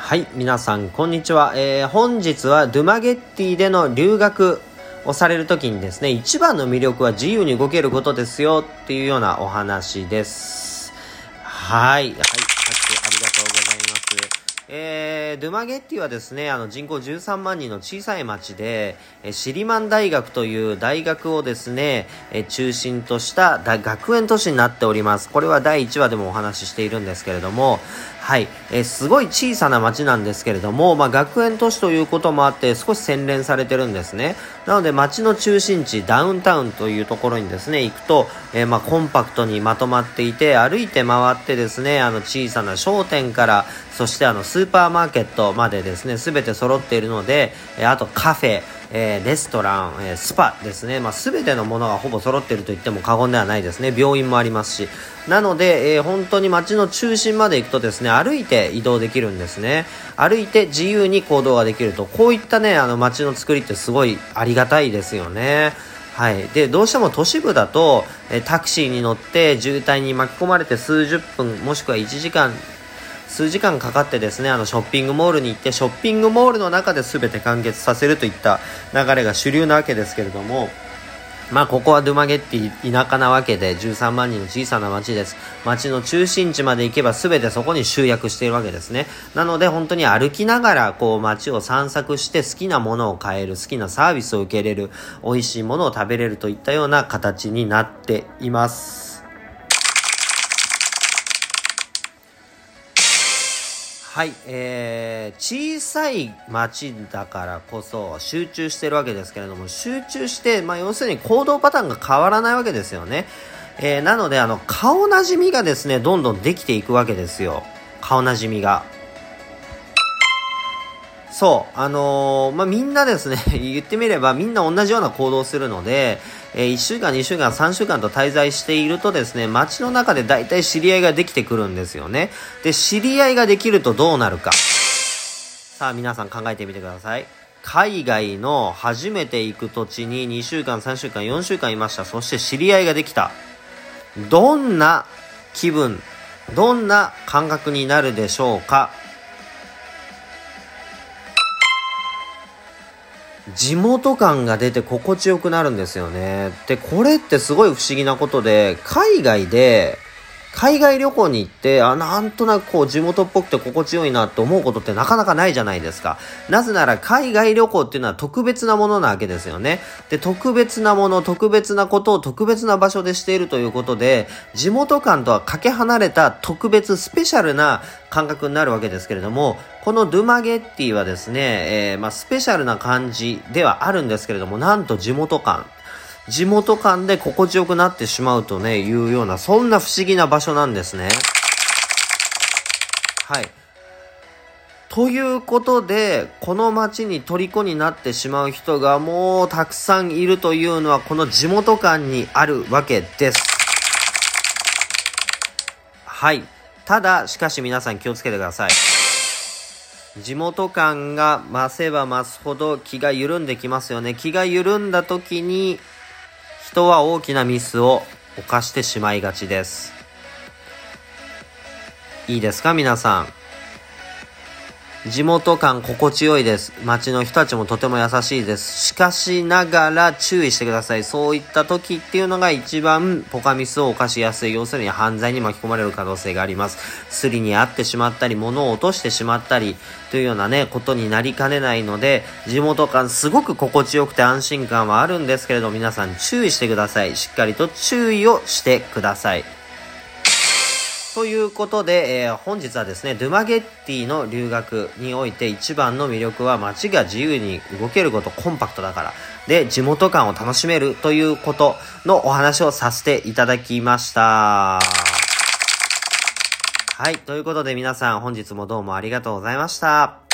はい、皆さんこんにちは。本日はドゥマゲッティでの留学をされるときにですね、一番の魅力は自由に動けることですよっていうようなお話です。はい、拍手ありがとうございます。ドゥマゲッティはですね、人口13万人の小さい町で、シリマン大学という大学をですね、中心とした学園都市になっております。これは第1話でもお話ししているんですけれども、はい、すごい小さな町なんですけれども、学園都市ということもあって少し洗練されてるんですね。なので町の中心地ダウンタウンというところにですね行くと、コンパクトにまとまっていて、歩いて回ってですね、小さな商店からそしてスーパーマーケットまでですね全て揃っているので、あとカフェ、レストラン、スパですね、全てのものがほぼ揃っていると言っても過言ではないですね。病院もありますし、なので、本当に街の中心まで行くとですね、歩いて移動できるんですね。歩いて自由に行動ができると、こういったね街の作りってすごいありがたいですよね。はい、でどうしても都市部だと、タクシーに乗って渋滞に巻き込まれて数十分もしくは数時間かかってですね、ショッピングモールに行って、ショッピングモールの中で全て完結させるといった流れが主流なわけですけれども、ここはドゥマゲッティ田舎なわけで13万人の小さな町です。町の中心地まで行けば全てそこに集約しているわけですね。なので本当に歩きながら街を散策して好きなものを買える、好きなサービスを受けれる、美味しいものを食べれるといったような形になっています。はい、小さい町だからこそ集中してるわけですけれども、集中して、要するに行動パターンが変わらないわけですよね。なので顔なじみがですねどんどんできていくわけですよ。顔なじみがそうみんなですね言ってみればみんな同じような行動をするので、1週間2週間3週間と滞在しているとですね、街の中でだいたい知り合いができてくるんですよね。で知り合いができるとどうなるか、さあ皆さん考えてみてください。海外の初めて行く土地に2週間3週間4週間いました。そして知り合いができた。どんな気分、どんな感覚になるでしょうか。地元感が出て心地よくなるんですよね。でこれってすごい不思議なことで、海外旅行に行ってなんとなく地元っぽくて心地よいなって思うことってなかなかないじゃないですか。なぜなら海外旅行っていうのは特別なものなわけですよね。で特別なもの、特別なことを特別な場所でしているということで、地元感とはかけ離れた特別スペシャルな感覚になるわけですけれども、このドゥマゲッティはですね、スペシャルな感じではあるんですけれども、なんと地元感で心地よくなってしまうとねいうような、そんな不思議な場所なんですね。はい。ということで、この街に虜になってしまう人がもうたくさんいるというのは、この地元感にあるわけです。はい。ただしかし皆さん気をつけてください。地元感が増せば増すほど気が緩んできますよね。気が緩んだ時に人は大きなミスを犯してしまいがちです。いいですか皆さん。地元感心地よいです。街の人たちもとても優しいです。しかしながら注意してください。そういった時っていうのが一番ポカミスを犯しやすい、要するに犯罪に巻き込まれる可能性があります。すりに遭ってしまったり、物を落としてしまったりというようなねことになりかねないので、地元感すごく心地よくて安心感はあるんですけれど、皆さん注意してください。しっかりと注意をしてください。ということで、本日はですねドゥマゲッティの留学において一番の魅力は街が自由に動けること、コンパクトだからで地元感を楽しめるということのお話をさせていただきました。はい、ということで皆さん本日もどうもありがとうございました。